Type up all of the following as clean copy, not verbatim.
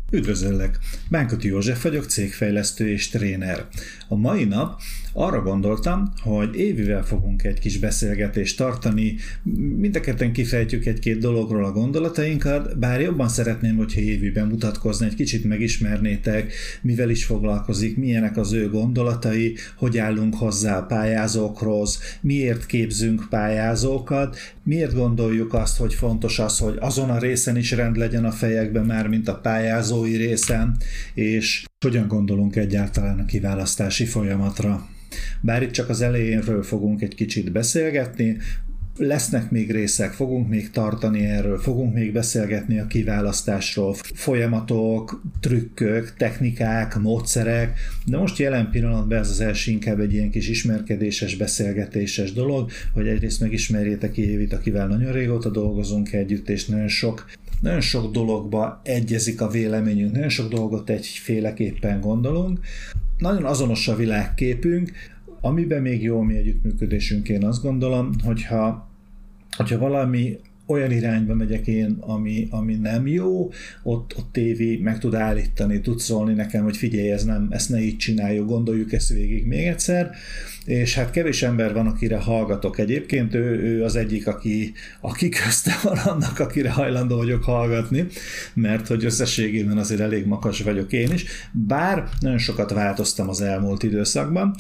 Üdvözöllek! Bánkoty József vagyok, cégfejlesztő és tréner. A mai nap arra gondoltam, hogy Évivel fogunk egy kis beszélgetést tartani, mind a ketten kifejtjük egy-két dologról a gondolatainkat, bár jobban szeretném, hogyha Évi bemutatkozna, egy kicsit megismernétek, mivel is foglalkozik, milyenek az ő gondolatai, hogy állunk hozzá a pályázókhoz, miért képzünk pályázókat, miért gondoljuk azt, hogy fontos az, hogy azon a részen is rend legyen a fejekben már, mint a pályázói részen, és hogyan gondolunk egyáltalán a kiválasztási folyamatra. Bár itt csak az elejénről fogunk egy kicsit beszélgetni, lesznek még részek, fogunk még tartani erről, fogunk még beszélgetni a kiválasztásról, folyamatok, trükkök, technikák, módszerek, de most jelen pillanatban ez az első inkább egy ilyen kis ismerkedéses, beszélgetéses dolog, hogy egyrészt megismerjétek Évit, akivel nagyon régóta dolgozunk együtt, és nagyon sok dologba egyezik a véleményünk, nagyon sok dolgot egyféleképpen gondolunk, nagyon azonos a világképünk, amiben még jó a mi együttműködésünk, én azt gondolom, hogyha valami olyan irányba megyek én, ami nem jó, ott Évi meg tud állítani, tud szólni nekem, hogy figyelj, ezt ne így csináljuk, gondoljuk ezt végig még egyszer, és hát kevés ember van, akire hallgatok. Egyébként ő az egyik, aki közte van annak, akire hajlandó vagyok hallgatni, mert hogy összességében azért elég makas vagyok én is, bár nagyon sokat változtam az elmúlt időszakban,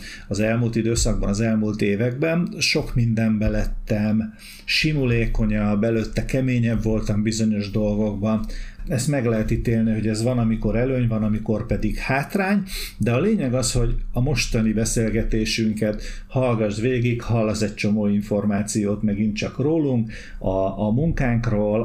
az elmúlt években, sok mindenbe lettem simulékonyabb, előtte keményebb voltam bizonyos dolgokban. Ezt meg lehet ítélni, hogy ez van, amikor előny, van, amikor pedig hátrány, de a lényeg az, hogy a mostani beszélgetésünket hallgass végig, hallasz egy csomó információt megint csak rólunk, a munkánkról,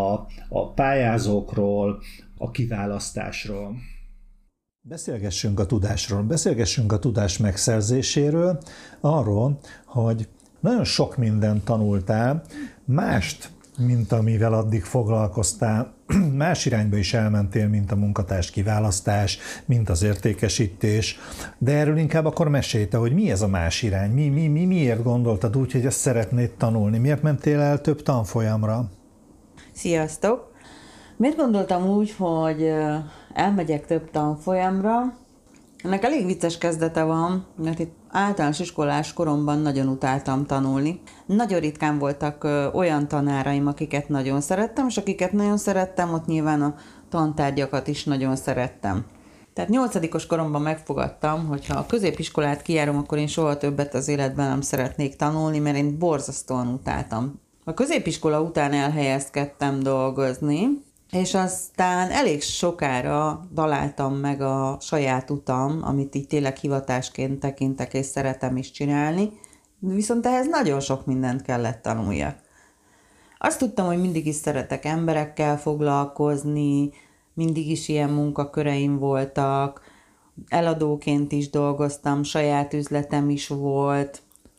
a pályázókról, a kiválasztásról. Beszélgessünk a tudásról, beszélgessünk a tudás megszerzéséről, arról, hogy nagyon sok mindent tanultál, mást, mint amivel addig foglalkoztál, más irányba is elmentél, mint a munkatárs kiválasztás, mint az értékesítés, de erről inkább akkor mesélj te, hogy mi ez a más irány, miért gondoltad úgy, hogy ezt szeretnéd tanulni, miért mentél el több tanfolyamra? Sziasztok! Miért gondoltam úgy, hogy elmegyek több tanfolyamra? Ennek elég vicces kezdete van, mert itt általános iskolás koromban nagyon utáltam tanulni. Nagyon ritkán voltak olyan tanáraim, akiket nagyon szerettem, és akiket nagyon szerettem, ott nyilván a tantárgyakat is nagyon szerettem. Tehát 8. koromban megfogadtam, hogy ha a középiskolát kijárom, akkor én soha többet az életben nem szeretnék tanulni, mert én borzasztóan utáltam. A középiskola után elhelyezkedtem dolgozni, és aztán elég sokára találtam meg a saját utam, amit így tényleg hivatásként tekintek, és szeretem is csinálni, viszont ehhez nagyon sok mindent kellett tanuljak. Azt tudtam, hogy mindig is szeretek emberekkel foglalkozni, mindig is ilyen munkaköreim voltak, eladóként is dolgoztam, saját üzletem is volt,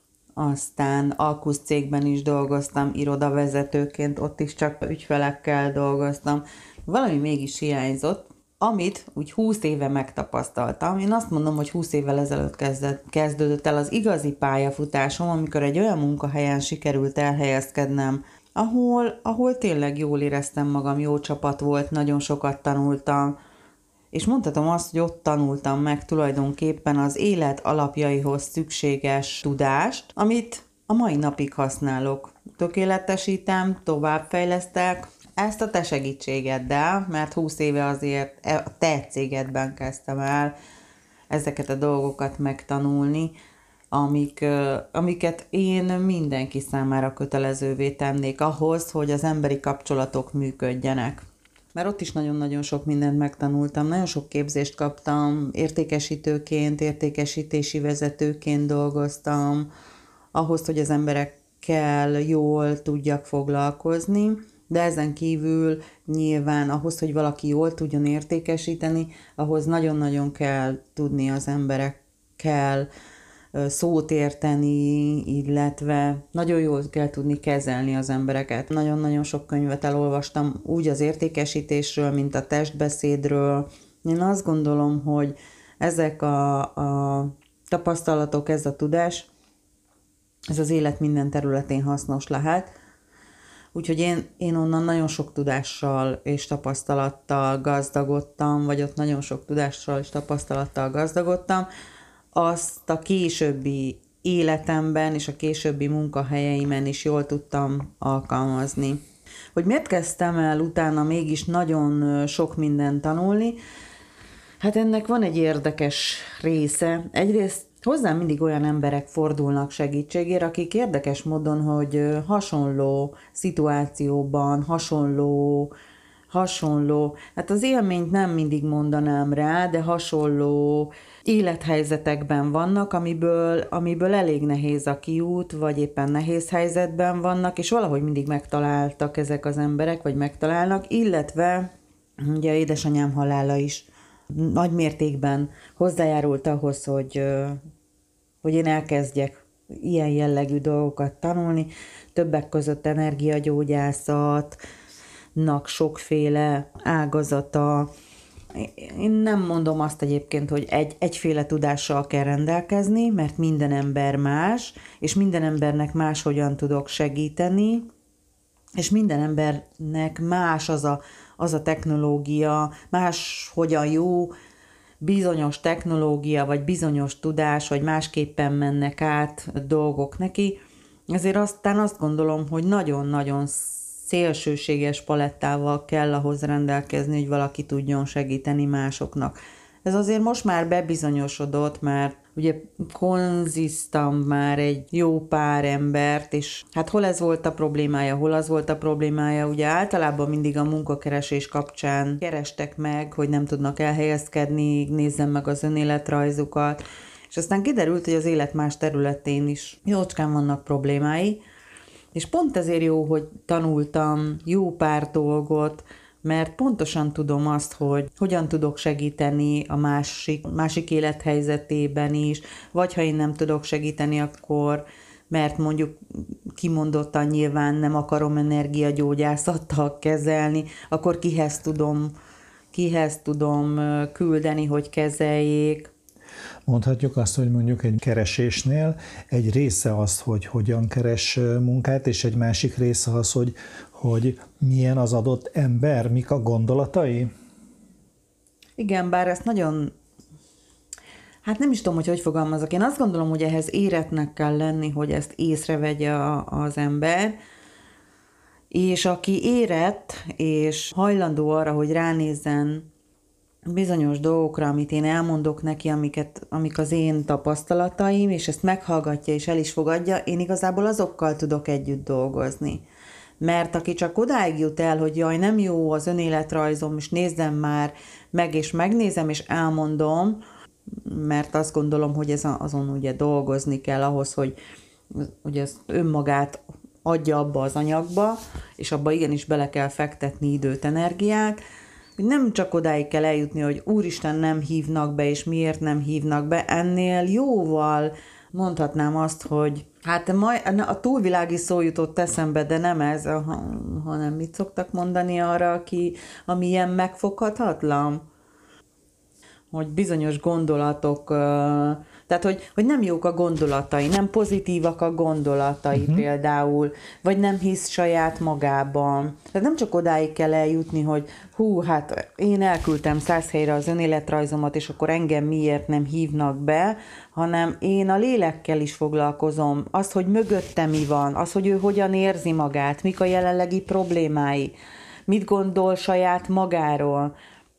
aztán alkuszcégben is dolgoztam, irodavezetőként, ott is csak ügyfelekkel dolgoztam. Valami mégis hiányzott, amit úgy 20 éve megtapasztaltam. Én azt mondom, hogy 20 évvel ezelőtt kezdődött el az igazi pályafutásom, amikor egy olyan munkahelyen sikerült elhelyezkednem, ahol tényleg jól éreztem magam, jó csapat volt, nagyon sokat tanultam, és mondhatom azt, hogy ott tanultam meg tulajdonképpen az élet alapjaihoz szükséges tudást, amit a mai napig használok. Tökéletesítem, továbbfejlesztek, ezt a te segítségeddel, mert 20 éve azért a te cégedben kezdtem el ezeket a dolgokat megtanulni, amiket én mindenki számára kötelezővé tennék ahhoz, hogy az emberi kapcsolatok működjenek. Mert ott is nagyon-nagyon sok mindent megtanultam, nagyon sok képzést kaptam, értékesítőként, értékesítési vezetőként dolgoztam, ahhoz, hogy az emberekkel jól tudjak foglalkozni, de ezen kívül nyilván ahhoz, hogy valaki jól tudjon értékesíteni, ahhoz nagyon-nagyon kell tudni az emberekkel szót érteni, illetve nagyon jól kell tudni kezelni az embereket. Nagyon-nagyon sok könyvet elolvastam úgy az értékesítésről, mint a testbeszédről. Én azt gondolom, hogy ezek a tapasztalatok, ez a tudás, ez az élet minden területén hasznos lehet. Úgyhogy én onnan nagyon sok tudással és tapasztalattal gazdagodtam, vagy ott nagyon sok tudással és tapasztalattal gazdagodtam, azt a későbbi életemben és a későbbi munkahelyeimen is jól tudtam alkalmazni. Hogy miért kezdtem el utána mégis nagyon sok mindent tanulni? Hát ennek van egy érdekes része. Egyrészt hozzám mindig olyan emberek fordulnak segítségére, akik érdekes módon, hogy hasonló szituációban, hasonló, hát az élményt nem mindig mondanám rá, de hasonló élethelyzetekben vannak, amiből elég nehéz a kiút, vagy éppen nehéz helyzetben vannak, és valahogy mindig megtaláltak ezek az emberek, vagy megtalálnak, illetve ugye édesanyám halála is nagy mértékben hozzájárult ahhoz, hogy én elkezdjek ilyen jellegű dolgokat tanulni, többek között energiagyógyászatnak sokféle ágazata. Én nem mondom azt egyébként, hogy egyféle tudással kell rendelkezni, mert minden ember más, és minden embernek máshogyan tudok segíteni, és minden embernek más az a technológia, máshogyan jó bizonyos technológia, vagy bizonyos tudás, vagy másképpen mennek át dolgok neki. Ezért aztán azt gondolom, hogy nagyon-nagyon szélsőséges palettával kell ahhoz rendelkezni, hogy valaki tudjon segíteni másoknak. Ez azért most már bebizonyosodott, mert ugye konziztam már egy jó pár embert, és hát hol ez volt a problémája, hol az volt a problémája, ugye általában mindig a munkakeresés kapcsán kerestek meg, hogy nem tudnak elhelyezkedni, nézzem meg az önéletrajzukat, és aztán kiderült, hogy az élet más területén is jócskán vannak problémái, és pont ezért jó, hogy tanultam jó pár dolgot, mert pontosan tudom azt, hogy hogyan tudok segíteni a másik élethelyzetében is, vagy ha én nem tudok segíteni, akkor, mert mondjuk kimondottan nyilván nem akarom energiagyógyászattal kezelni, akkor kihez tudom küldeni, hogy kezeljék. Mondhatjuk azt, hogy mondjuk egy keresésnél egy része az, hogy hogyan keres munkát, és egy másik része az, hogy milyen az adott ember, mik a gondolatai? Igen, bár ezt nagyon... Hát nem is tudom, hogy fogalmazok. Én azt gondolom, hogy ehhez éretnek kell lenni, hogy ezt észrevegye az ember, és aki érett, és hajlandó arra, hogy ránézzen bizonyos dolgokra, amit én elmondok neki, amik az én tapasztalataim, és ezt meghallgatja és el is fogadja, én igazából azokkal tudok együtt dolgozni. Mert aki csak odáig jut el, hogy jaj, nem jó az önéletrajzom, és nézzem már meg, és megnézem, és elmondom, mert azt gondolom, hogy azon ugye dolgozni kell ahhoz, hogy ezt önmagát adja abba az anyagba, és abba igenis bele kell fektetni időt, energiát, hogy nem csak odáig kell eljutni, hogy úristen, nem hívnak be, és miért nem hívnak be, ennél jóval mondhatnám azt, hogy hát a túlvilági szó jutott eszembe, de nem ez, hanem mit szoktak mondani arra, ami ilyen megfoghatatlan? Hogy bizonyos gondolatok, tehát hogy nem jók a gondolatai, nem pozitívak a gondolatai például, vagy nem hisz saját magában. Tehát nem csak odáig kell eljutni, hogy hát én elküldtem 100 helyre az önéletrajzomat, és akkor engem miért nem hívnak be, hanem én a lélekkel is foglalkozom, az, hogy mögötte mi van, az, hogy ő hogyan érzi magát, mik a jelenlegi problémái, mit gondol saját magáról,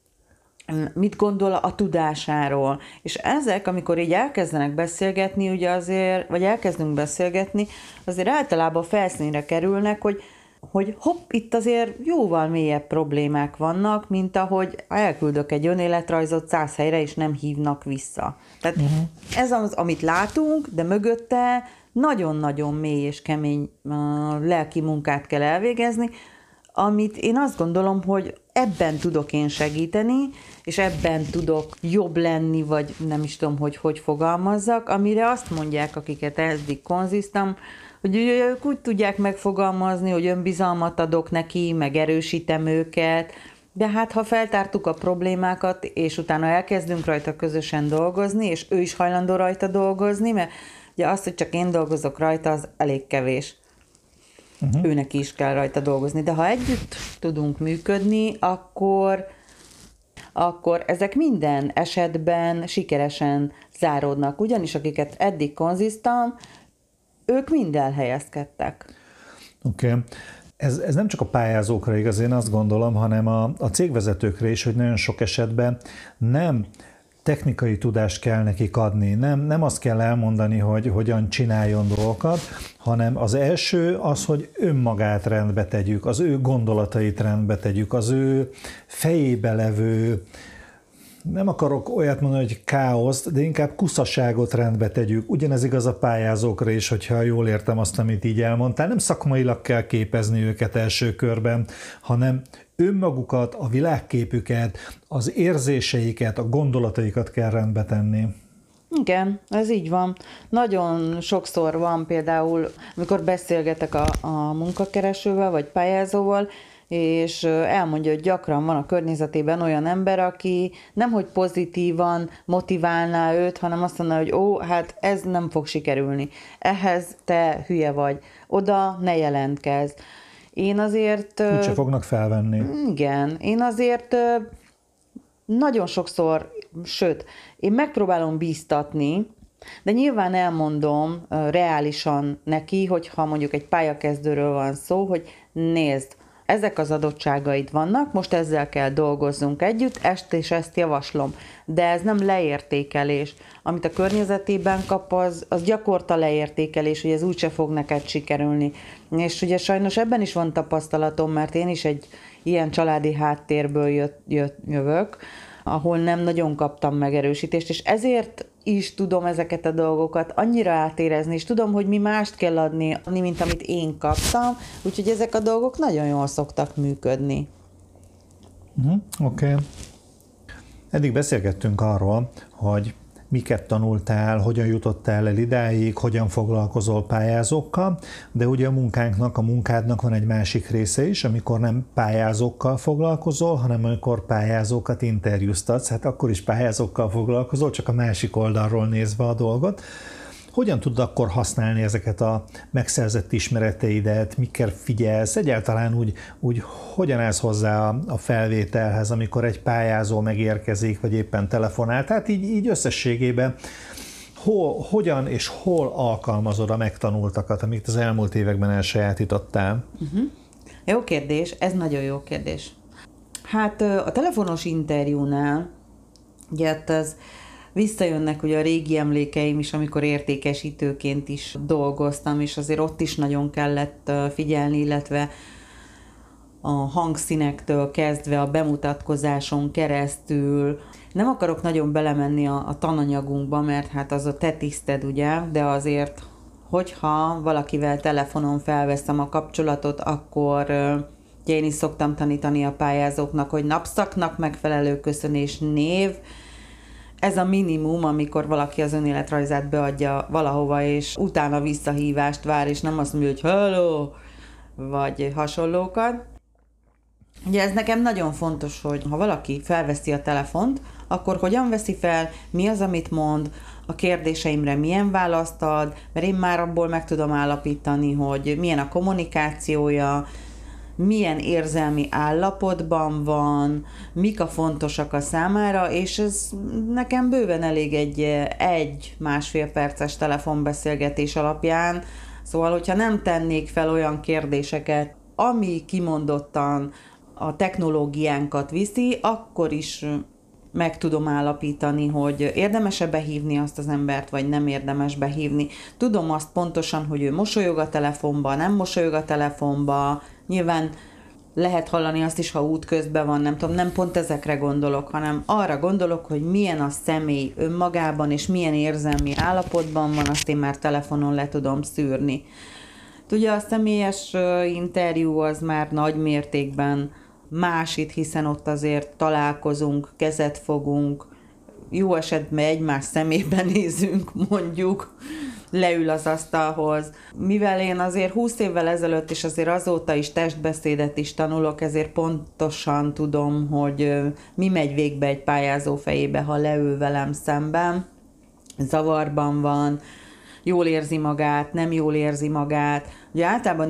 mit gondol a tudásáról. És ezek, amikor így elkezdenek beszélgetni, ugye azért, vagy elkezdünk beszélgetni, azért általában felszínre kerülnek, hogy hopp, itt azért jóval mélyebb problémák vannak, mint ahogy elküldök egy önéletrajzot 100 helyre, és nem hívnak vissza. Tehát ez az, amit látunk, de mögötte nagyon-nagyon mély és kemény lelki munkát kell elvégezni, amit én azt gondolom, hogy ebben tudok én segíteni, és ebben tudok jobb lenni, vagy nem is tudom, hogy fogalmazzak, amire azt mondják, akiket eddig konziztam, hogy ők úgy tudják megfogalmazni, hogy önbizalmat adok neki, meg erősítem őket, de hát ha feltártuk a problémákat, és utána elkezdünk rajta közösen dolgozni, és ő is hajlandó rajta dolgozni, mert ugye azt, hogy csak én dolgozok rajta, az elég kevés. Őnek is kell rajta dolgozni. De ha együtt tudunk működni, akkor ezek minden esetben sikeresen záródnak. Ugyanis akiket eddig konzisztam, ők mind elhelyezkedtek. Oké. Ez nem csak a pályázókra igaz, én azt gondolom, hanem a cégvezetőkre is, hogy nagyon sok esetben nem technikai tudást kell nekik adni, nem azt kell elmondani, hogy hogyan csináljon dolgokat, hanem az első az, hogy önmagát rendbe tegyük, az ő gondolatait rendbe tegyük, az ő fejébe levő, nem akarok olyat mondani, hogy káoszt, de inkább kuszaságot rendbe tegyük. Ugyanez igaz a pályázókra is, hogyha jól értem azt, amit így elmondtál. Nem szakmailag kell képezni őket első körben, hanem önmagukat, a világképüket, az érzéseiket, a gondolataikat kell rendbe tenni. Igen, ez így van. Nagyon sokszor van például, amikor beszélgetek a munkakeresővel vagy pályázóval, és elmondja, hogy gyakran van a környezetében olyan ember, aki nemhogy pozitívan motiválná őt, hanem azt mondaná, hogy hát ez nem fog sikerülni. Ehhez te hülye vagy. Oda ne jelentkezz. Én azért... Úgyse fognak felvenni. Igen. Én azért nagyon sokszor, sőt, én megpróbálom bíztatni, de nyilván elmondom reálisan neki, hogyha mondjuk egy pályakezdőről van szó, hogy nézd, ezek az adottságaid vannak, most ezzel kell dolgozzunk együtt, és ezt javaslom. De ez nem leértékelés. Amit a környezetében kap, az gyakorta leértékelés, hogy ez úgyse fog neked sikerülni. És ugye sajnos ebben is van tapasztalatom, mert én is egy ilyen családi háttérből jövök, ahol nem nagyon kaptam megerősítést, és ezért is tudom ezeket a dolgokat annyira átérezni, és tudom, hogy mi mást kell adni, mint amit én kaptam, úgyhogy ezek a dolgok nagyon jól szoktak működni. Oké. Eddig beszélgettünk arról, hogy miket tanultál, hogyan jutottál el idáig, hogyan foglalkozol pályázókkal, de ugye a munkádnak van egy másik része is, amikor nem pályázókkal foglalkozol, hanem amikor pályázókat interjúztatsz, hát akkor is pályázókkal foglalkozol, csak a másik oldalról nézve a dolgot. Hogyan tudod akkor használni ezeket a megszerzett ismereteidet, mikkel figyelsz, egyáltalán úgy hogyan állsz hozzá a felvételhez, amikor egy pályázó megérkezik, vagy éppen telefonál, tehát így összességében hogyan és hol alkalmazod a megtanultakat, amit az elmúlt években elsajátítottál? Jó kérdés, ez nagyon jó kérdés. Hát a telefonos interjúnál, ugye az visszajönnek ugye a régi emlékeim is, amikor értékesítőként is dolgoztam, és azért ott is nagyon kellett figyelni, illetve a hangszínektől kezdve a bemutatkozáson keresztül. Nem akarok nagyon belemenni a tananyagunkba, mert hát az a te tiszted, ugye, de azért, hogyha valakivel telefonon felveszem a kapcsolatot, akkor én is szoktam tanítani a pályázóknak, hogy napszaknak megfelelő köszönés, név. Ez a minimum, amikor valaki az önéletrajzát beadja valahova, és utána visszahívást vár, és nem azt mondja, hogy hello, vagy hasonlókat. Ugye ez nekem nagyon fontos, hogy ha valaki felveszi a telefont, akkor hogyan veszi fel, mi az, amit mond, a kérdéseimre milyen választ ad, mert én már abból meg tudom állapítani, hogy milyen a kommunikációja, milyen érzelmi állapotban van, mik a fontosak a számára, és ez nekem bőven elég egy másfél perces telefonbeszélgetés alapján. Szóval, hogyha nem tennék fel olyan kérdéseket, ami kimondottan a technológiánkat viszi, akkor is meg tudom állapítani, hogy érdemes-e behívni azt az embert, vagy nem érdemes behívni. Tudom azt pontosan, hogy ő mosolyog a telefonba, nem mosolyog a telefonba. Nyilván lehet hallani azt is, ha útközben van, nem tudom, nem pont ezekre gondolok, hanem arra gondolok, hogy milyen a személy önmagában, és milyen érzelmi állapotban van, azt én már telefonon le tudom szűrni. Ugye a személyes interjú az már nagy mértékben más itt, hiszen ott azért találkozunk, kezet fogunk, jó esetben egymás szemébe nézünk, mondjuk, leül az asztalhoz. Mivel én azért 20 évvel ezelőtt, és azért azóta is testbeszédet is tanulok, ezért pontosan tudom, hogy mi megy végbe egy pályázó fejébe, ha leül velem szemben, zavarban van. jól érzi magát, nem jól érzi magát. Ugye általában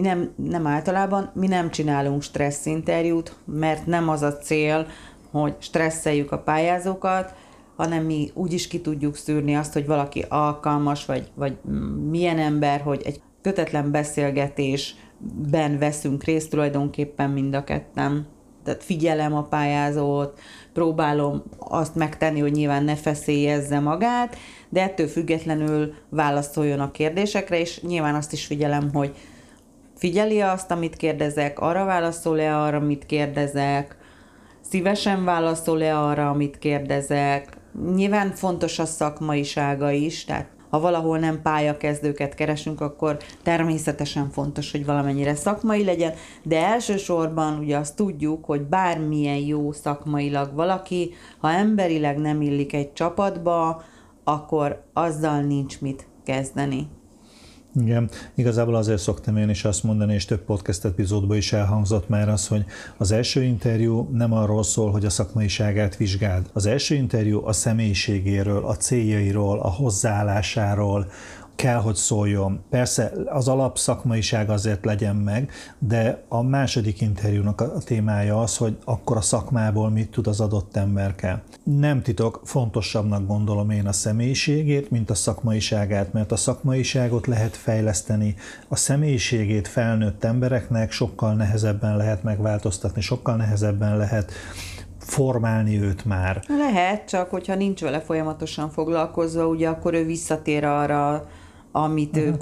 mi nem csinálunk stressz interjút, mert nem az a cél, hogy stresszeljük a pályázókat, hanem mi úgyis ki tudjuk szűrni azt, hogy valaki alkalmas, vagy milyen ember, hogy egy kötetlen beszélgetésben veszünk részt tulajdonképpen mind a ketten. Tehát figyelem a pályázót, próbálom azt megtenni, hogy nyilván ne feszélyezze magát, de ettől függetlenül válaszoljon a kérdésekre, és nyilván azt is figyelem, hogy figyeli azt, amit kérdezek, arra válaszol-e arra, amit kérdezek, szívesen válaszol-e arra, amit kérdezek. Nyilván fontos a szakmaisága is, tehát ha valahol nem pályakezdőket keresünk, akkor természetesen fontos, hogy valamennyire szakmai legyen, de elsősorban ugye azt tudjuk, hogy bármilyen jó szakmailag valaki, ha emberileg nem illik egy csapatba, akkor azzal nincs mit kezdeni. Igen, igazából azért szoktam én is azt mondani, és több podcast epizódban is elhangzott már az, hogy az első interjú nem arról szól, hogy a szakmaiságát vizsgáld. Az első interjú a személyiségéről, a céljairól, a hozzáállásáról kell, hogy szóljon. Persze az alapszakmaiság azért legyen meg, de a második interjúnak a témája az, hogy akkor a szakmából mit tud az adott emberke. Nem titok, fontosabbnak gondolom én a személyiségét, mint a szakmaiságát, mert a szakmaiságot lehet fejleszteni, a személyiségét felnőtt embereknek sokkal nehezebben lehet megváltoztatni, sokkal nehezebben lehet formálni őt már. Lehet, csak hogyha nincs vele folyamatosan foglalkozva, ugye akkor ő visszatér arra, amit ő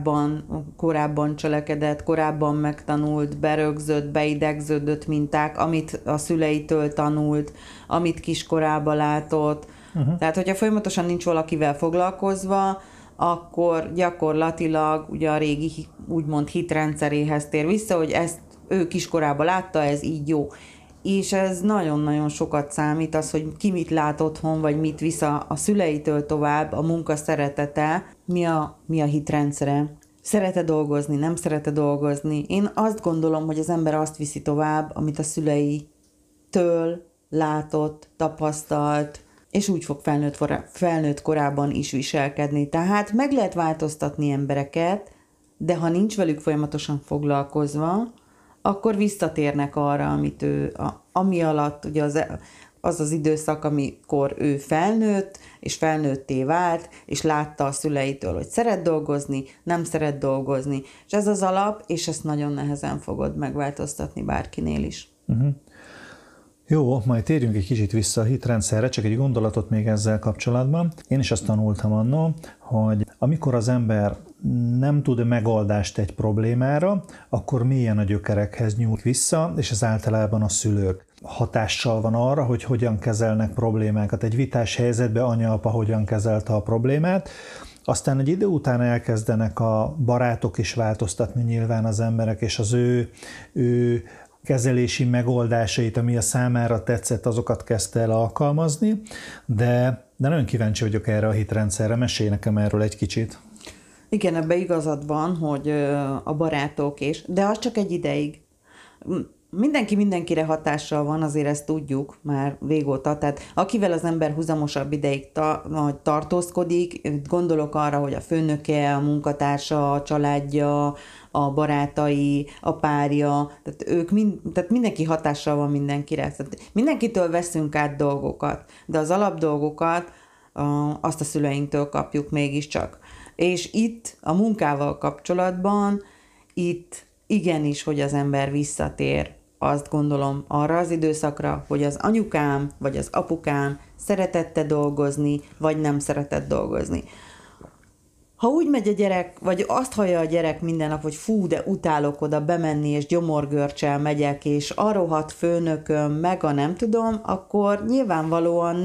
korábban cselekedett, korábban megtanult, berögzött, beidegződött minták, amit a szüleitől tanult, amit kiskorában látott. Tehát, hogyha folyamatosan nincs valakivel foglalkozva, akkor gyakorlatilag ugye a régi úgymond hitrendszeréhez tér vissza, hogy ezt ő kiskorában látta, ez így jó. És ez nagyon-nagyon sokat számít az, hogy ki mit lát otthon, vagy mit visz a szüleitől tovább, a munka szeretete, mi a hitrendszere. Szeret-e dolgozni, nem szeret-e dolgozni. Én azt gondolom, hogy az ember azt viszi tovább, amit a szüleitől látott, tapasztalt, és úgy fog felnőtt korában is viselkedni. Tehát meg lehet változtatni embereket, de ha nincs velük folyamatosan foglalkozva, akkor visszatérnek arra, amit ami alatt ugye az időszak, amikor ő felnőtt, és felnőtté vált, és látta a szüleitől, hogy szeret dolgozni, nem szeret dolgozni. És ez az alap, és ezt nagyon nehezen fogod megváltoztatni bárkinél is. Jó, majd térjünk egy kicsit vissza a hitrendszerre, csak egy gondolatot még ezzel kapcsolatban. Én is azt tanultam annól, hogy amikor az ember nem tud megoldást egy problémára, akkor mélyen a gyökerekhez nyúl vissza, és ez általában a szülők hatással van arra, hogy hogyan kezelnek problémákat. Egy vitás helyzetben anya-apa hogyan kezelte a problémát, aztán egy idő után elkezdenek a barátok is változtatni nyilván az emberek, és az ő kezelési megoldásait, ami a számára tetszett, azokat kezdte el alkalmazni, de nagyon kíváncsi vagyok erre a hitrendszerre, mesélj nekem erről egy kicsit. Igen, ebben igazad van, hogy a barátok de az csak egy ideig. Mindenki mindenkire hatással van, azért ezt tudjuk már régóta, tehát akivel az ember huzamosabb ideig tartózkodik, gondolok arra, hogy a főnöke, a munkatársa, a családja, a barátai, a párja, tehát mindenki hatással van mindenkire. Tehát mindenkitől veszünk át dolgokat, de az alapdolgokat azt a szüleinktől kapjuk mégiscsak. És itt a munkával kapcsolatban, itt igenis, hogy az ember visszatér, azt gondolom arra az időszakra, hogy az anyukám vagy az apukám szeretette dolgozni, vagy nem szeretett dolgozni. Ha úgy megy a gyerek, vagy azt hallja a gyerek minden nap, hogy fú, de utálok oda bemenni, és gyomorgörcsel megyek, és a rohadt főnököm, meg a nem tudom, akkor nyilvánvalóan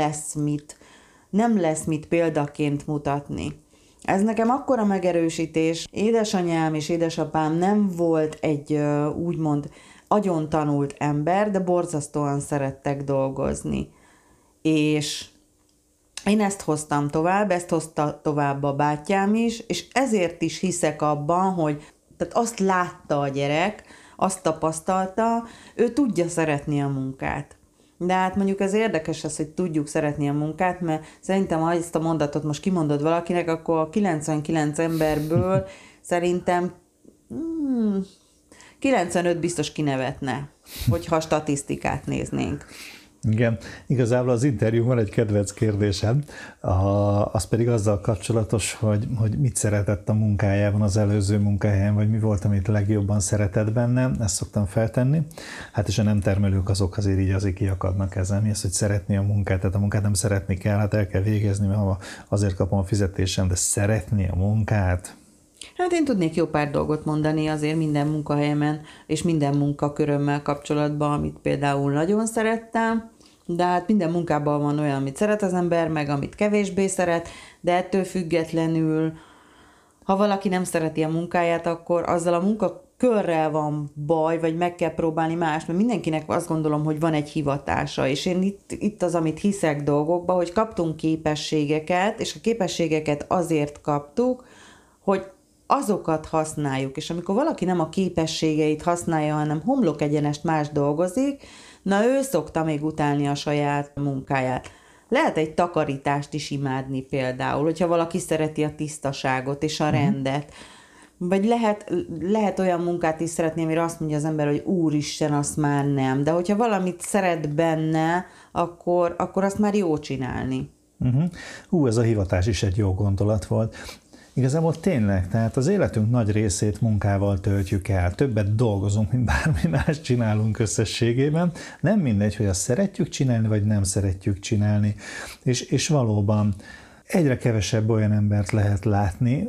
nem lesz mit példaként mutatni. Ez nekem akkora megerősítés. Édesanyám és édesapám nem volt egy úgymond agyon tanult ember, de borzasztóan szerettek dolgozni. És én ezt hoztam tovább, ezt hozta tovább a bátyám is, és ezért is hiszek abban, hogy tehát azt látta a gyerek, azt tapasztalta, ő tudja szeretni a munkát. De hát mondjuk ez érdekes az, hogy tudjuk szeretni a munkát, mert szerintem, ha ezt a mondatot most kimondod valakinek, akkor a 99 emberből szerintem 95 biztos kinevetne, hogyha a statisztikát néznénk. Igen, igazából az interjúban egy kedvenc kérdésem, az pedig azzal kapcsolatos, hogy mit szeretett a munkájában, az előző munkahelyen, vagy mi volt, amit legjobban szeretett benne, ezt szoktam feltenni. Hát és a nem termelők azok azért így azért kiakadnak ezen, mi az, hogy szeretni a munkát, tehát a munkát nem szeretni kell, hát el kell végezni, mert azért kapom a fizetésem, de szeretni a munkát. Hát én tudnék jó pár dolgot mondani azért minden munkahelyemen, és minden munkakörömmel kapcsolatban, amit például nagyon szerettem, de hát minden munkában van olyan, amit szeret az ember, meg amit kevésbé szeret, de ettől függetlenül, ha valaki nem szereti a munkáját, akkor azzal a munkakörrel van baj, vagy meg kell próbálni más, mert mindenkinek azt gondolom, hogy van egy hivatása, és én itt az, amit hiszek dolgokba, hogy kaptunk képességeket, és a képességeket azért kaptuk, hogy azokat használjuk, és amikor valaki nem a képességeit használja, hanem homlok egyenest más dolgozik, na ő szokta még utálni a saját munkáját. Lehet egy takarítást is imádni például, hogyha valaki szereti a tisztaságot és a rendet, vagy lehet olyan munkát is szeretni, amire azt mondja az ember, hogy úristen, azt már nem, de hogyha valamit szeret benne, akkor azt már jó csinálni. Ez a hivatás is egy jó gondolat volt. Igazából tényleg, tehát az életünk nagy részét munkával töltjük el, többet dolgozunk, mint bármi más csinálunk összességében. Nem mindegy, hogy azt szeretjük csinálni, vagy nem szeretjük csinálni. És valóban egyre kevesebb olyan embert lehet látni,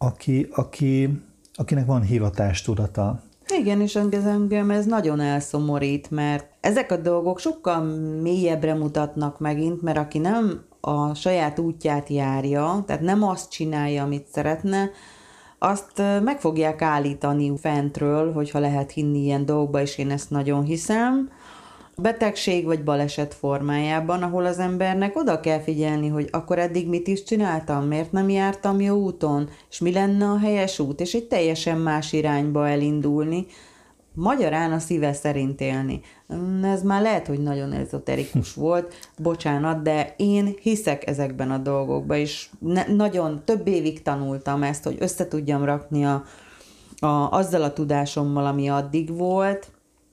akinek van hivatástudata. Igen, és engem ez nagyon elszomorít, mert ezek a dolgok sokkal mélyebbre mutatnak megint, mert aki nem a saját útját járja, tehát nem azt csinálja, amit szeretne, azt meg fogják állítani fentről, hogyha lehet hinni ilyen dolgokba, és én ezt nagyon hiszem, betegség vagy baleset formájában, ahol az embernek oda kell figyelni, hogy akkor eddig mit is csináltam, miért nem jártam jó úton, és mi lenne a helyes út, és egy teljesen más irányba elindulni, magyarán a szíve szerint élni. Ez már lehet, hogy nagyon ezoterikus volt, bocsánat, de én hiszek ezekben a dolgokban, és nagyon több évig tanultam ezt, hogy össze tudjam rakni azzal a tudásommal, ami addig volt,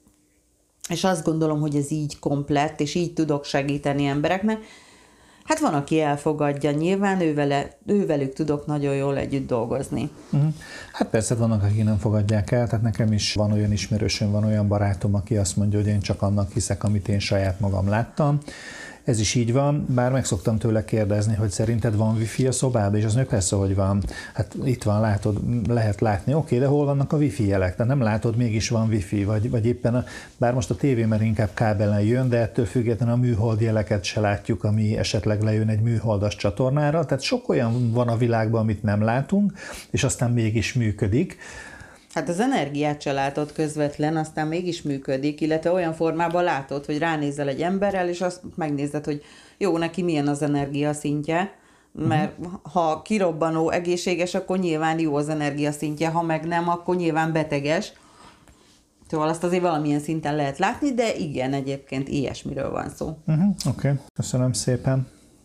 és azt gondolom, hogy ez így komplett, és így tudok segíteni embereknek. Hát van, aki elfogadja, nyilván ővelük tudok nagyon jól együtt dolgozni. Hát persze vannak, akik nem fogadják el, tehát nekem is van olyan ismerősöm, van olyan barátom, aki azt mondja, hogy én csak annak hiszek, amit én saját magam láttam. Ez is így van, bár meg szoktam tőle kérdezni, hogy szerinted van wifi a szobában, és az mondja, persze, hogy van. Hát itt van, látod, lehet látni, oké, de hol vannak a wifi jelek? Tehát nem látod, mégis van wifi, vagy éppen, bár most a tévé már inkább kábelen jön, de ettől függetlenül a műhold jeleket se látjuk, ami esetleg lejön egy műholdas csatornára, tehát sok olyan van a világban, amit nem látunk, és aztán mégis működik. Hát az energiát se látod közvetlen, aztán mégis működik, illetve olyan formában látod, hogy ránézel egy emberrel, és azt megnézed, hogy jó, neki milyen az energia szintje, mert ha kirobbanó egészséges, akkor nyilván jó az energia szintje, ha meg nem, akkor nyilván beteges. Szóval azt azért valamilyen szinten lehet látni, de igen, egyébként ilyesmiről van szó. Oké, köszönöm szépen.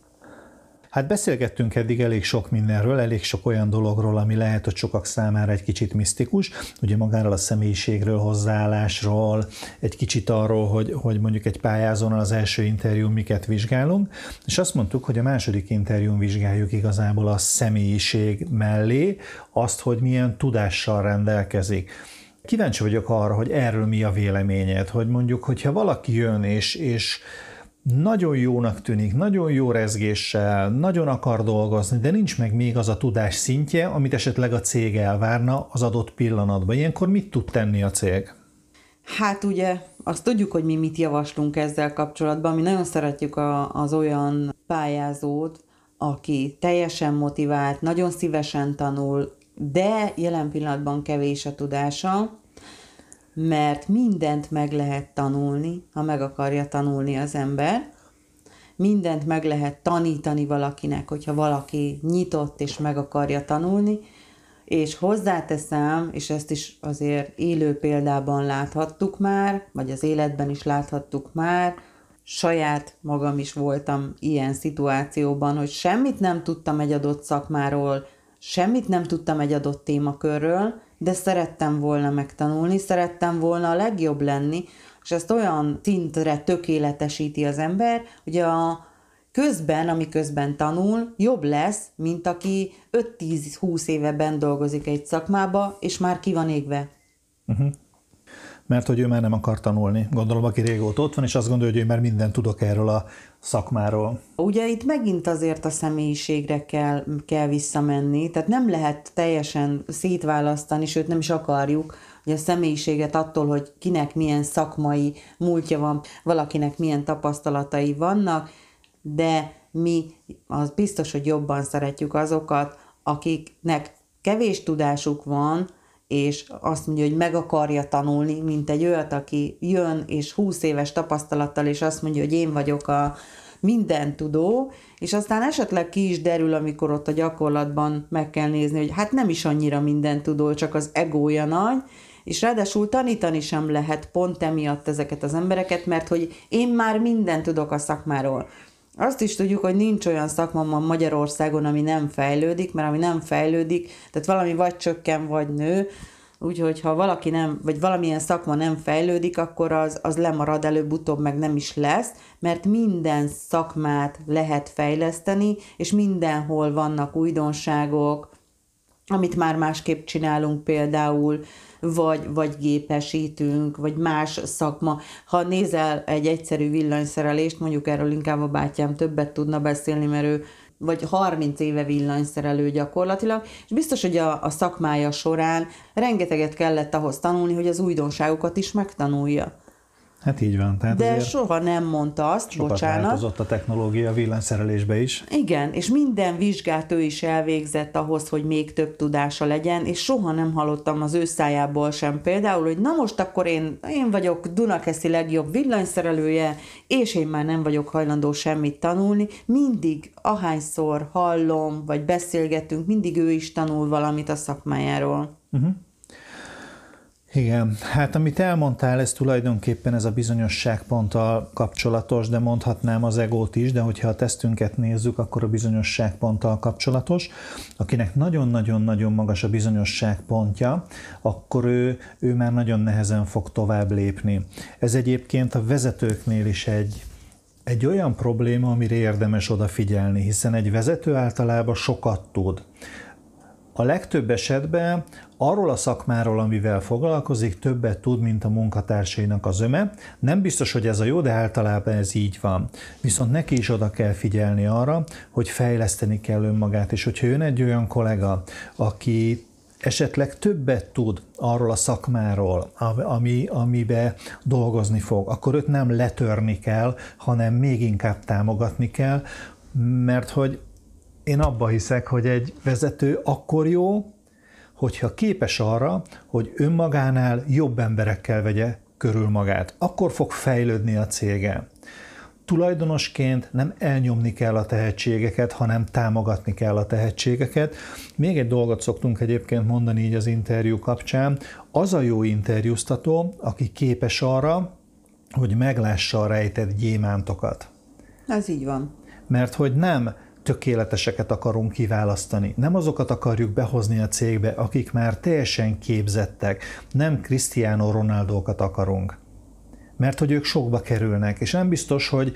Hát beszélgettünk eddig elég sok mindenről, elég sok olyan dologról, ami lehet, hogy sokak számára egy kicsit misztikus, ugye magáról a személyiségről, hozzáállásról, egy kicsit arról, hogy mondjuk egy pályázónal az első interjún miket vizsgálunk, és azt mondtuk, hogy a második interjún vizsgáljuk igazából a személyiség mellé azt, hogy milyen tudással rendelkezik. Kíváncsi vagyok arra, hogy erről mi a véleményed, hogy mondjuk, hogyha valaki jön és nagyon jónak tűnik, nagyon jó rezgéssel, nagyon akar dolgozni, de nincs meg még az a tudás szintje, amit esetleg a cég elvárna az adott pillanatban. Ilyenkor mit tud tenni a cég? Hát ugye azt tudjuk, hogy mi mit javaslunk ezzel kapcsolatban. Mi nagyon szeretjük az olyan pályázót, aki teljesen motivált, nagyon szívesen tanul, de jelen pillanatban kevés a tudása, mert mindent meg lehet tanulni, ha meg akarja tanulni az ember. Mindent meg lehet tanítani valakinek, hogyha valaki nyitott és meg akarja tanulni, és hozzáteszem, és ezt is azért élő példában láthattuk már, vagy az életben is láthattuk már, saját magam is voltam ilyen szituációban, hogy semmit nem tudtam egy adott szakmáról, semmit nem tudtam egy adott témakörről, de szerettem volna megtanulni, szerettem volna a legjobb lenni, és ezt olyan szintre tökéletesíti az ember, hogy amiközben tanul, jobb lesz, mint aki 5-10-20 éve bent dolgozik egy szakmába, és már ki van égve. Uh-huh. Mert hogy ő már nem akar tanulni. Gondolom, aki régóta ott van, és azt gondolja, hogy ő már mindent tudok erről a szakmáról. Ugye itt megint azért a személyiségre kell visszamenni, tehát nem lehet teljesen szétválasztani, sőt nem is akarjuk, hogy a személyiséget attól, hogy kinek milyen szakmai múltja van, valakinek milyen tapasztalatai vannak, de mi az biztos, hogy jobban szeretjük azokat, akiknek kevés tudásuk van, és azt mondja, hogy meg akarja tanulni, mint egy olyat, aki jön, és 20 éves tapasztalattal, és azt mondja, hogy én vagyok a mindentudó, és aztán esetleg ki is derül, amikor ott a gyakorlatban meg kell nézni, hogy hát nem is annyira mindentudó, csak az egója nagy, és ráadásul tanítani sem lehet pont emiatt ezeket az embereket, mert hogy én már mindent tudok a szakmáról. Azt is tudjuk, hogy nincs olyan szakma Magyarországon, ami nem fejlődik, mert ami nem fejlődik, tehát valami vagy csökken, vagy nő, úgyhogy ha valaki nem, vagy valamilyen szakma nem fejlődik, akkor az lemarad, előbb-utóbb meg nem is lesz, mert minden szakmát lehet fejleszteni, és mindenhol vannak újdonságok, amit már másképp csinálunk például, vagy gépesítünk, vagy más szakma. Ha nézel egy egyszerű villanyszerelést, mondjuk erről inkább a bátyám többet tudna beszélni, mert ő vagy 30 éve villanyszerelő gyakorlatilag, és biztos, hogy a szakmája során rengeteget kellett ahhoz tanulni, hogy az újdonságokat is megtanulja. Hát így van. Tehát de soha nem mondta azt, bocsánat. Változott a technológia a villanyszerelésbe is. Igen, és minden vizsgát ő is elvégzett ahhoz, hogy még több tudása legyen, és soha nem hallottam az ő szájából sem például, hogy na most akkor én vagyok Dunakeszi legjobb villanyszerelője, és én már nem vagyok hajlandó semmit tanulni. Mindig, ahányszor hallom, vagy beszélgetünk, mindig ő is tanul valamit a szakmájáról. Uh-huh. Igen, hát amit elmondtál, ez tulajdonképpen ez a bizonyosságponttal kapcsolatos, de mondhatnám az egót is, de hogyha a tesztünket nézzük, akkor a bizonyosságponttal kapcsolatos. Akinek nagyon-nagyon-nagyon magas a bizonyosságpontja, akkor ő már nagyon nehezen fog tovább lépni. Ez egyébként a vezetőknél is egy olyan probléma, amire érdemes odafigyelni, hiszen egy vezető általában sokat tud. A legtöbb esetben arról a szakmáról, amivel foglalkozik, többet tud, mint a munkatársainak a zöme. Nem biztos, hogy ez a jó, de általában ez így van. Viszont neki is oda kell figyelni arra, hogy fejleszteni kell önmagát, és hogyha jön egy olyan kollega, aki esetleg többet tud arról a szakmáról, amiben dolgozni fog, akkor őt nem letörni kell, hanem még inkább támogatni kell, mert hogy én abba hiszek, hogy egy vezető akkor jó, hogyha képes arra, hogy önmagánál jobb emberekkel vegye körül magát. Akkor fog fejlődni a cége. Tulajdonosként nem elnyomni kell a tehetségeket, hanem támogatni kell a tehetségeket. Még egy dolgot szoktunk egyébként mondani így az interjú kapcsán. Az a jó interjúztató, aki képes arra, hogy meglássa a rejtett gyémántokat. Ez így van. Mert hogy nem tökéleteseket akarunk kiválasztani. Nem azokat akarjuk behozni a cégbe, akik már teljesen képzettek. Nem Cristiano Ronaldókat akarunk. Mert hogy ők sokba kerülnek, és nem biztos, hogy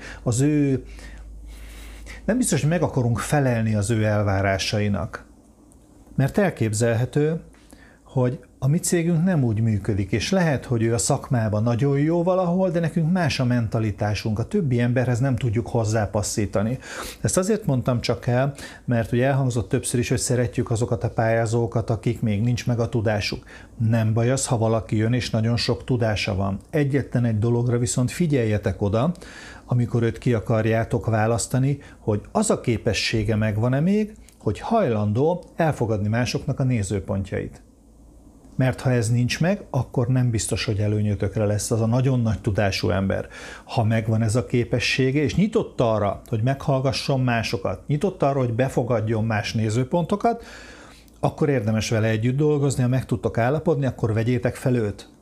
hogy meg akarunk felelni az ő elvárásainak. Mert elképzelhető, hogy a mi cégünk nem úgy működik, és lehet, hogy ő a szakmában nagyon jó valahol, de nekünk más a mentalitásunk, a többi emberhez nem tudjuk hozzápasszítani. Ezt azért mondtam csak el, mert ugye elhangzott többször is, hogy szeretjük azokat a pályázókat, akik még nincs meg a tudásuk. Nem baj az, ha valaki jön, és nagyon sok tudása van. Egyetlen egy dologra viszont figyeljetek oda, amikor őt ki akarjátok választani, hogy az a képessége megvan-e még, hogy hajlandó elfogadni másoknak a nézőpontjait. Mert ha ez nincs meg, akkor nem biztos, hogy előnyötökre lesz az a nagyon nagy tudású ember. Ha megvan ez a képessége, és nyitott arra, hogy meghallgasson másokat, nyitott arra, hogy befogadjon más nézőpontokat, akkor érdemes vele együtt dolgozni, ha meg tudtok állapodni, akkor vegyétek fel őt.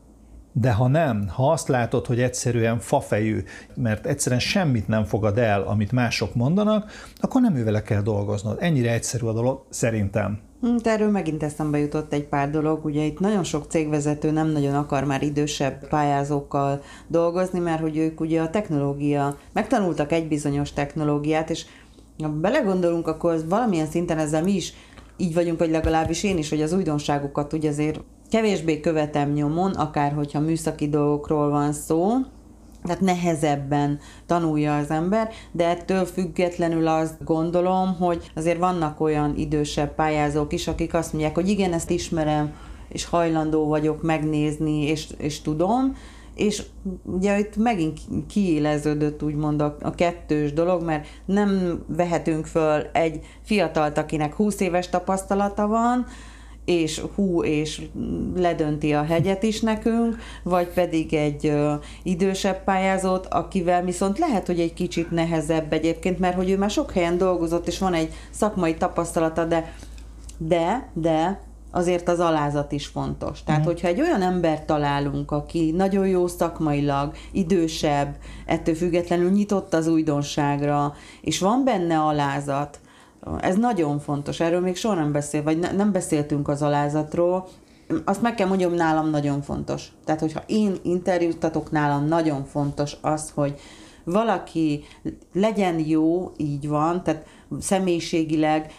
De ha nem, ha azt látod, hogy egyszerűen fafejű, mert egyszerűen semmit nem fogad el, amit mások mondanak, akkor nem ővele kell dolgoznod. Ennyire egyszerű a dolog, szerintem. Erről megint eszembe jutott egy pár dolog. Ugye itt nagyon sok cégvezető nem nagyon akar már idősebb pályázókkal dolgozni, mert hogy ők ugye a technológia, megtanultak egy bizonyos technológiát, és ha belegondolunk, akkor valamilyen szinten ezzel mi is így vagyunk, vagy legalábbis én is, hogy az újdonságokat ugye azért kevésbé követem nyomon, akár hogyha műszaki dolgokról van szó, tehát nehezebben tanulja az ember, de ettől függetlenül azt gondolom, hogy azért vannak olyan idősebb pályázók is, akik azt mondják, hogy igen, ezt ismerem, és hajlandó vagyok megnézni, és tudom, és ugye itt megint kiéleződött úgymond a kettős dolog, mert nem vehetünk föl egy fiatalt, akinek 20 éves tapasztalata van, és ledönti a hegyet is nekünk, vagy pedig egy idősebb pályázót, akivel viszont lehet, hogy egy kicsit nehezebb egyébként, mert hogy ő már sok helyen dolgozott, és van egy szakmai tapasztalata, de azért az alázat is fontos. Tehát, hogyha egy olyan embert találunk, aki nagyon jó szakmailag, idősebb, ettől függetlenül nyitott az újdonságra, és van benne alázat, ez nagyon fontos, erről még soha nem beszéltünk az alázatról. Azt meg kell mondjam, nálam nagyon fontos. Tehát, hogyha én interjúztatok, nálam nagyon fontos az, hogy legyen jó, így van, tehát személyiségileg,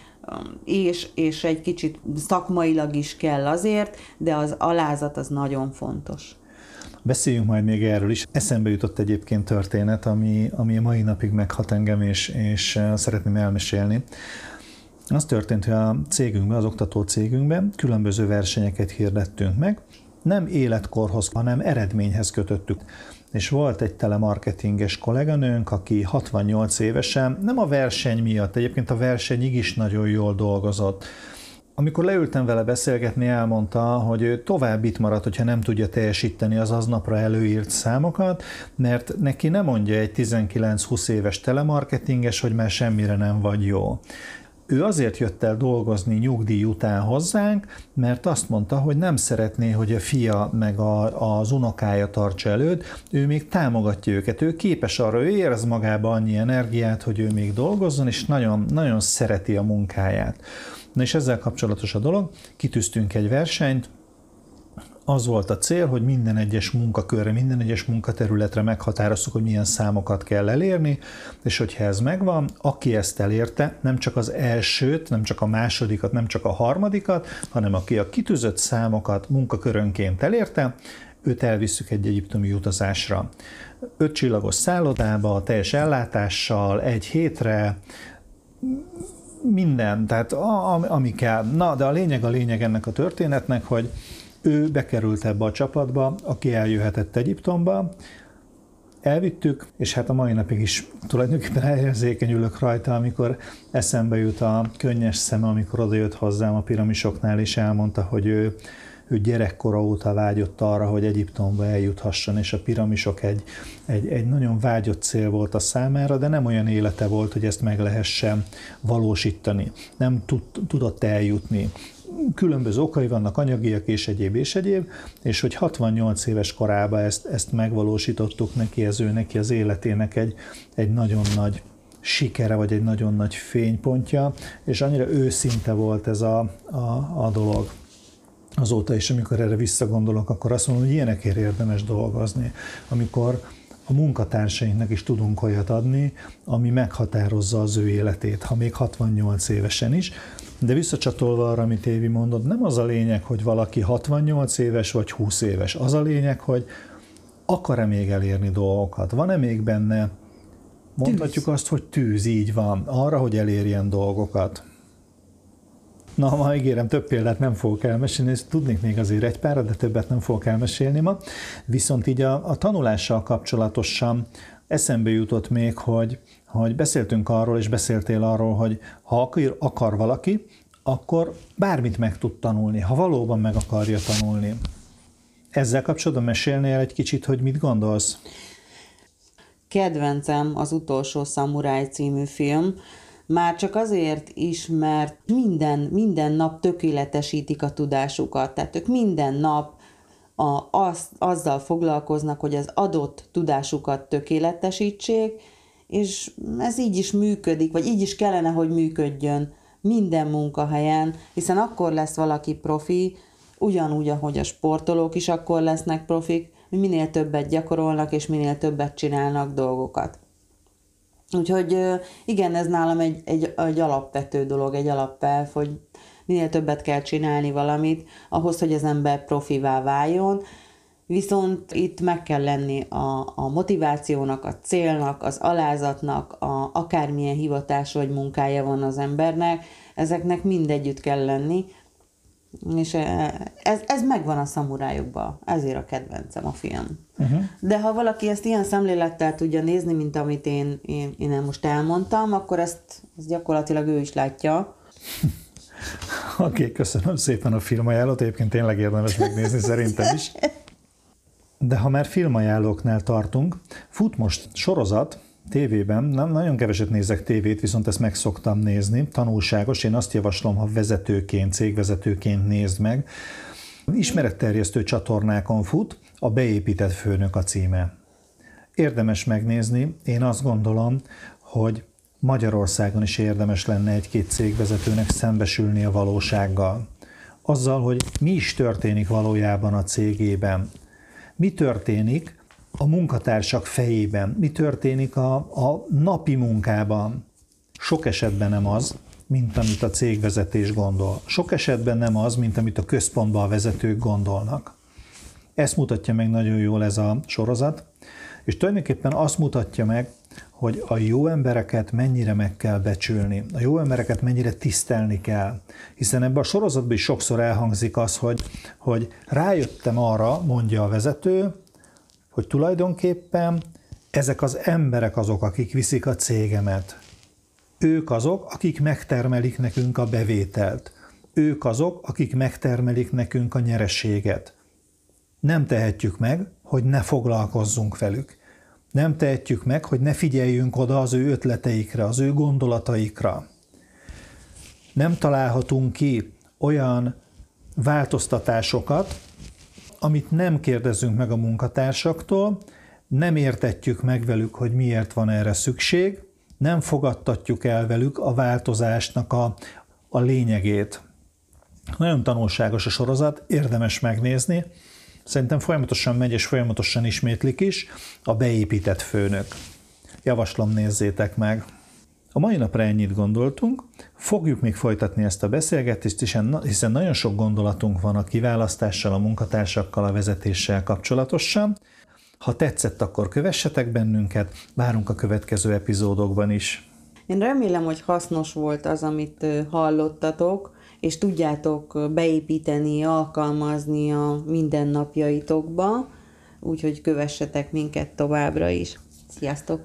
és egy kicsit szakmailag is kell azért, de az alázat az nagyon fontos. Beszéljünk majd még erről is. Eszembe jutott egyébként történet, ami a mai napig meghat engem, és szeretném elmesélni. Az történt, hogy a cégünkben, az oktató cégünkben különböző versenyeket hirdettünk meg, nem életkorhoz, hanem eredményhez kötöttük. És volt egy telemarketinges kolléganőnk, aki 68 évesen, nem a verseny miatt, egyébként a versenyig is nagyon jól dolgozott. Amikor leültem vele beszélgetni, elmondta, hogy ő tovább itt marad, hogyha nem tudja teljesíteni az aznapra előírt számokat, mert neki nem mondja egy 19-20 éves telemarketinges, hogy már semmire nem vagy jó. Ő azért jött el dolgozni nyugdíj után hozzánk, mert azt mondta, hogy nem szeretné, hogy a fia meg az unokája tartsa előtt, ő még támogatja őket, ő képes arra, ő érez magába annyi energiát, hogy ő még dolgozzon, és nagyon, nagyon szereti a munkáját. Na és ezzel kapcsolatos a dolog, kitűztünk egy versenyt, az volt a cél, hogy minden egyes munkakörre, minden egyes munkaterületre meghatározzuk, hogy milyen számokat kell elérni, és hogyha ez megvan, aki ezt elérte, nem csak az elsőt, nem csak a másodikat, nem csak a harmadikat, hanem aki a kitűzött számokat munkakörönként elérte, őt elvisszük egy egyiptomi utazásra. 5 csillagos szállodába, teljes ellátással, 1 hétre, minden, tehát ami kell. Na, de a lényeg ennek a történetnek, hogy ő bekerült ebbe a csapatba, aki eljöhetett Egyiptomba, elvittük, és hát a mai napig is tulajdonképpen elérzékenyülök rajta, amikor eszembe jut a könnyes szeme, amikor odajött hozzám a piramisoknál, és elmondta, hogy ő gyerekkora óta vágyott arra, hogy Egyiptomba eljuthasson, és a piramisok egy nagyon vágyott cél volt a számára, de nem olyan élete volt, hogy ezt meg lehessen valósítani. Nem tudott eljutni. Különböző okai vannak, anyagiak és egyéb, és hogy 68 éves korában ezt megvalósítottuk neki, ez ő neki az életének egy nagyon nagy sikere, vagy egy nagyon nagy fénypontja, és annyira őszinte volt ez a dolog. Azóta is, amikor erre visszagondolok, akkor azt mondom, hogy ilyenekért érdemes dolgozni, amikor a munkatársainknak is tudunk olyat adni, ami meghatározza az ő életét, ha még 68 évesen is. De visszacsatolva arra, amit Évi mondott, nem az a lényeg, hogy valaki 68 éves vagy 20 éves. Az a lényeg, hogy akar-e még elérni dolgokat. Van-e még benne, mondhatjuk azt, hogy tűz, így van, arra, hogy elérjen dolgokat. Na, ma ígérem, több példát nem fogok elmesélni, tudnék még azért egy párat, de többet nem fogok elmesélni ma. Viszont így a tanulással kapcsolatosan eszembe jutott még, hogy beszéltünk arról, és beszéltél arról, hogy ha akar valaki, akkor bármit meg tud tanulni, ha valóban meg akarja tanulni. Ezzel kapcsolatban mesélnél egy kicsit, hogy mit gondolsz? Kedvencem az Utolsó szamuráj című film, már csak azért is, mert minden nap tökéletesítik a tudásukat, tehát ők minden nap azzal foglalkoznak, hogy az adott tudásukat tökéletesítsék, és ez így is működik, vagy így is kellene, hogy működjön minden munkahelyen, hiszen akkor lesz valaki profi, ugyanúgy, ahogy a sportolók is akkor lesznek profik, hogy minél többet gyakorolnak, és minél többet csinálnak dolgokat. Úgyhogy igen, ez nálam egy alapvető dolog, egy alapelv, hogy minél többet kell csinálni valamit, ahhoz, hogy az ember profivá váljon, viszont itt meg kell lenni a motivációnak, a célnak, az alázatnak, akármilyen hivatás vagy munkája van az embernek, ezeknek mindegyütt kell lenni, és ez megvan a Szamurájokban, ezért a kedvencem a film. De ha valaki ezt ilyen szemlélettel tudja nézni, mint amit én most elmondtam, akkor ezt gyakorlatilag ő is látja. Oké, köszönöm szépen a filmajánlót, egyébként tényleg érdemes megnézni, szerintem is. De ha már filmajánlóknál tartunk, fut most sorozat tévében, nagyon keveset nézek tévét, viszont ezt meg szoktam nézni, tanulságos, én azt javaslom, ha vezetőként, cégvezetőként nézd meg. Ismeretterjesztő csatornákon fut, a Beépített főnök a címe. Érdemes megnézni, én azt gondolom, hogy Magyarországon is érdemes lenne egy-két cégvezetőnek szembesülni a valósággal. Azzal, hogy mi is történik valójában a cégében. Mi történik a munkatársak fejében, mi történik a napi munkában. Sok esetben nem az, mint amit a cégvezetés gondol. Sok esetben nem az, mint amit a központban a vezetők gondolnak. Ezt mutatja meg nagyon jól ez a sorozat, és tulajdonképpen azt mutatja meg, hogy a jó embereket mennyire meg kell becsülni, a jó embereket mennyire tisztelni kell. Hiszen ebben a sorozatban is sokszor elhangzik az, hogy rájöttem arra, mondja a vezető, hogy tulajdonképpen ezek az emberek azok, akik viszik a cégemet. Ők azok, akik megtermelik nekünk a bevételt. Ők azok, akik megtermelik nekünk a nyereséget. Nem tehetjük meg, hogy ne foglalkozzunk velük. Nem tehetjük meg, hogy ne figyeljünk oda az ő ötleteikre, az ő gondolataikra. Nem találhatunk ki olyan változtatásokat, amit nem kérdezünk meg a munkatársaktól, nem értetjük meg velük, hogy miért van erre szükség, nem fogadtatjuk el velük a változásnak a lényegét. Nagyon tanulságos a sorozat, érdemes megnézni. Szerintem folyamatosan megy, és folyamatosan ismétlik is. A Beépített főnök. Javaslom, nézzétek meg. A mai napra ennyit gondoltunk. Fogjuk még folytatni ezt a beszélgetést, hiszen nagyon sok gondolatunk van a kiválasztással, a munkatársakkal, a vezetéssel kapcsolatosan. Ha tetszett, akkor kövessetek bennünket, várunk a következő epizódokban is. Én remélem, hogy hasznos volt az, amit hallottatok, és tudjátok beépíteni, alkalmazni a mindennapjaitokba, úgyhogy kövessetek minket továbbra is. Sziasztok!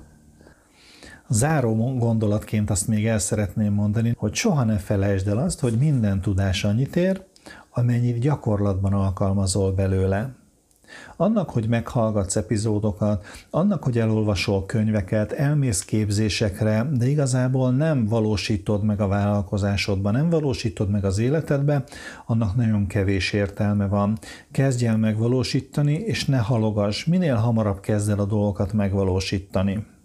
Záró gondolatként azt még el szeretném mondani, hogy soha ne felejtsd el azt, hogy minden tudás annyit ér, amennyit gyakorlatban alkalmazol belőle. Annak, hogy meghallgatsz epizódokat, annak, hogy elolvasol könyveket, elmész képzésekre, de igazából nem valósítod meg a vállalkozásodban, nem valósítod meg az életedbe, annak nagyon kevés értelme van. Kezdj el megvalósítani, és ne halogass, minél hamarabb kezd el a dolgokat megvalósítani.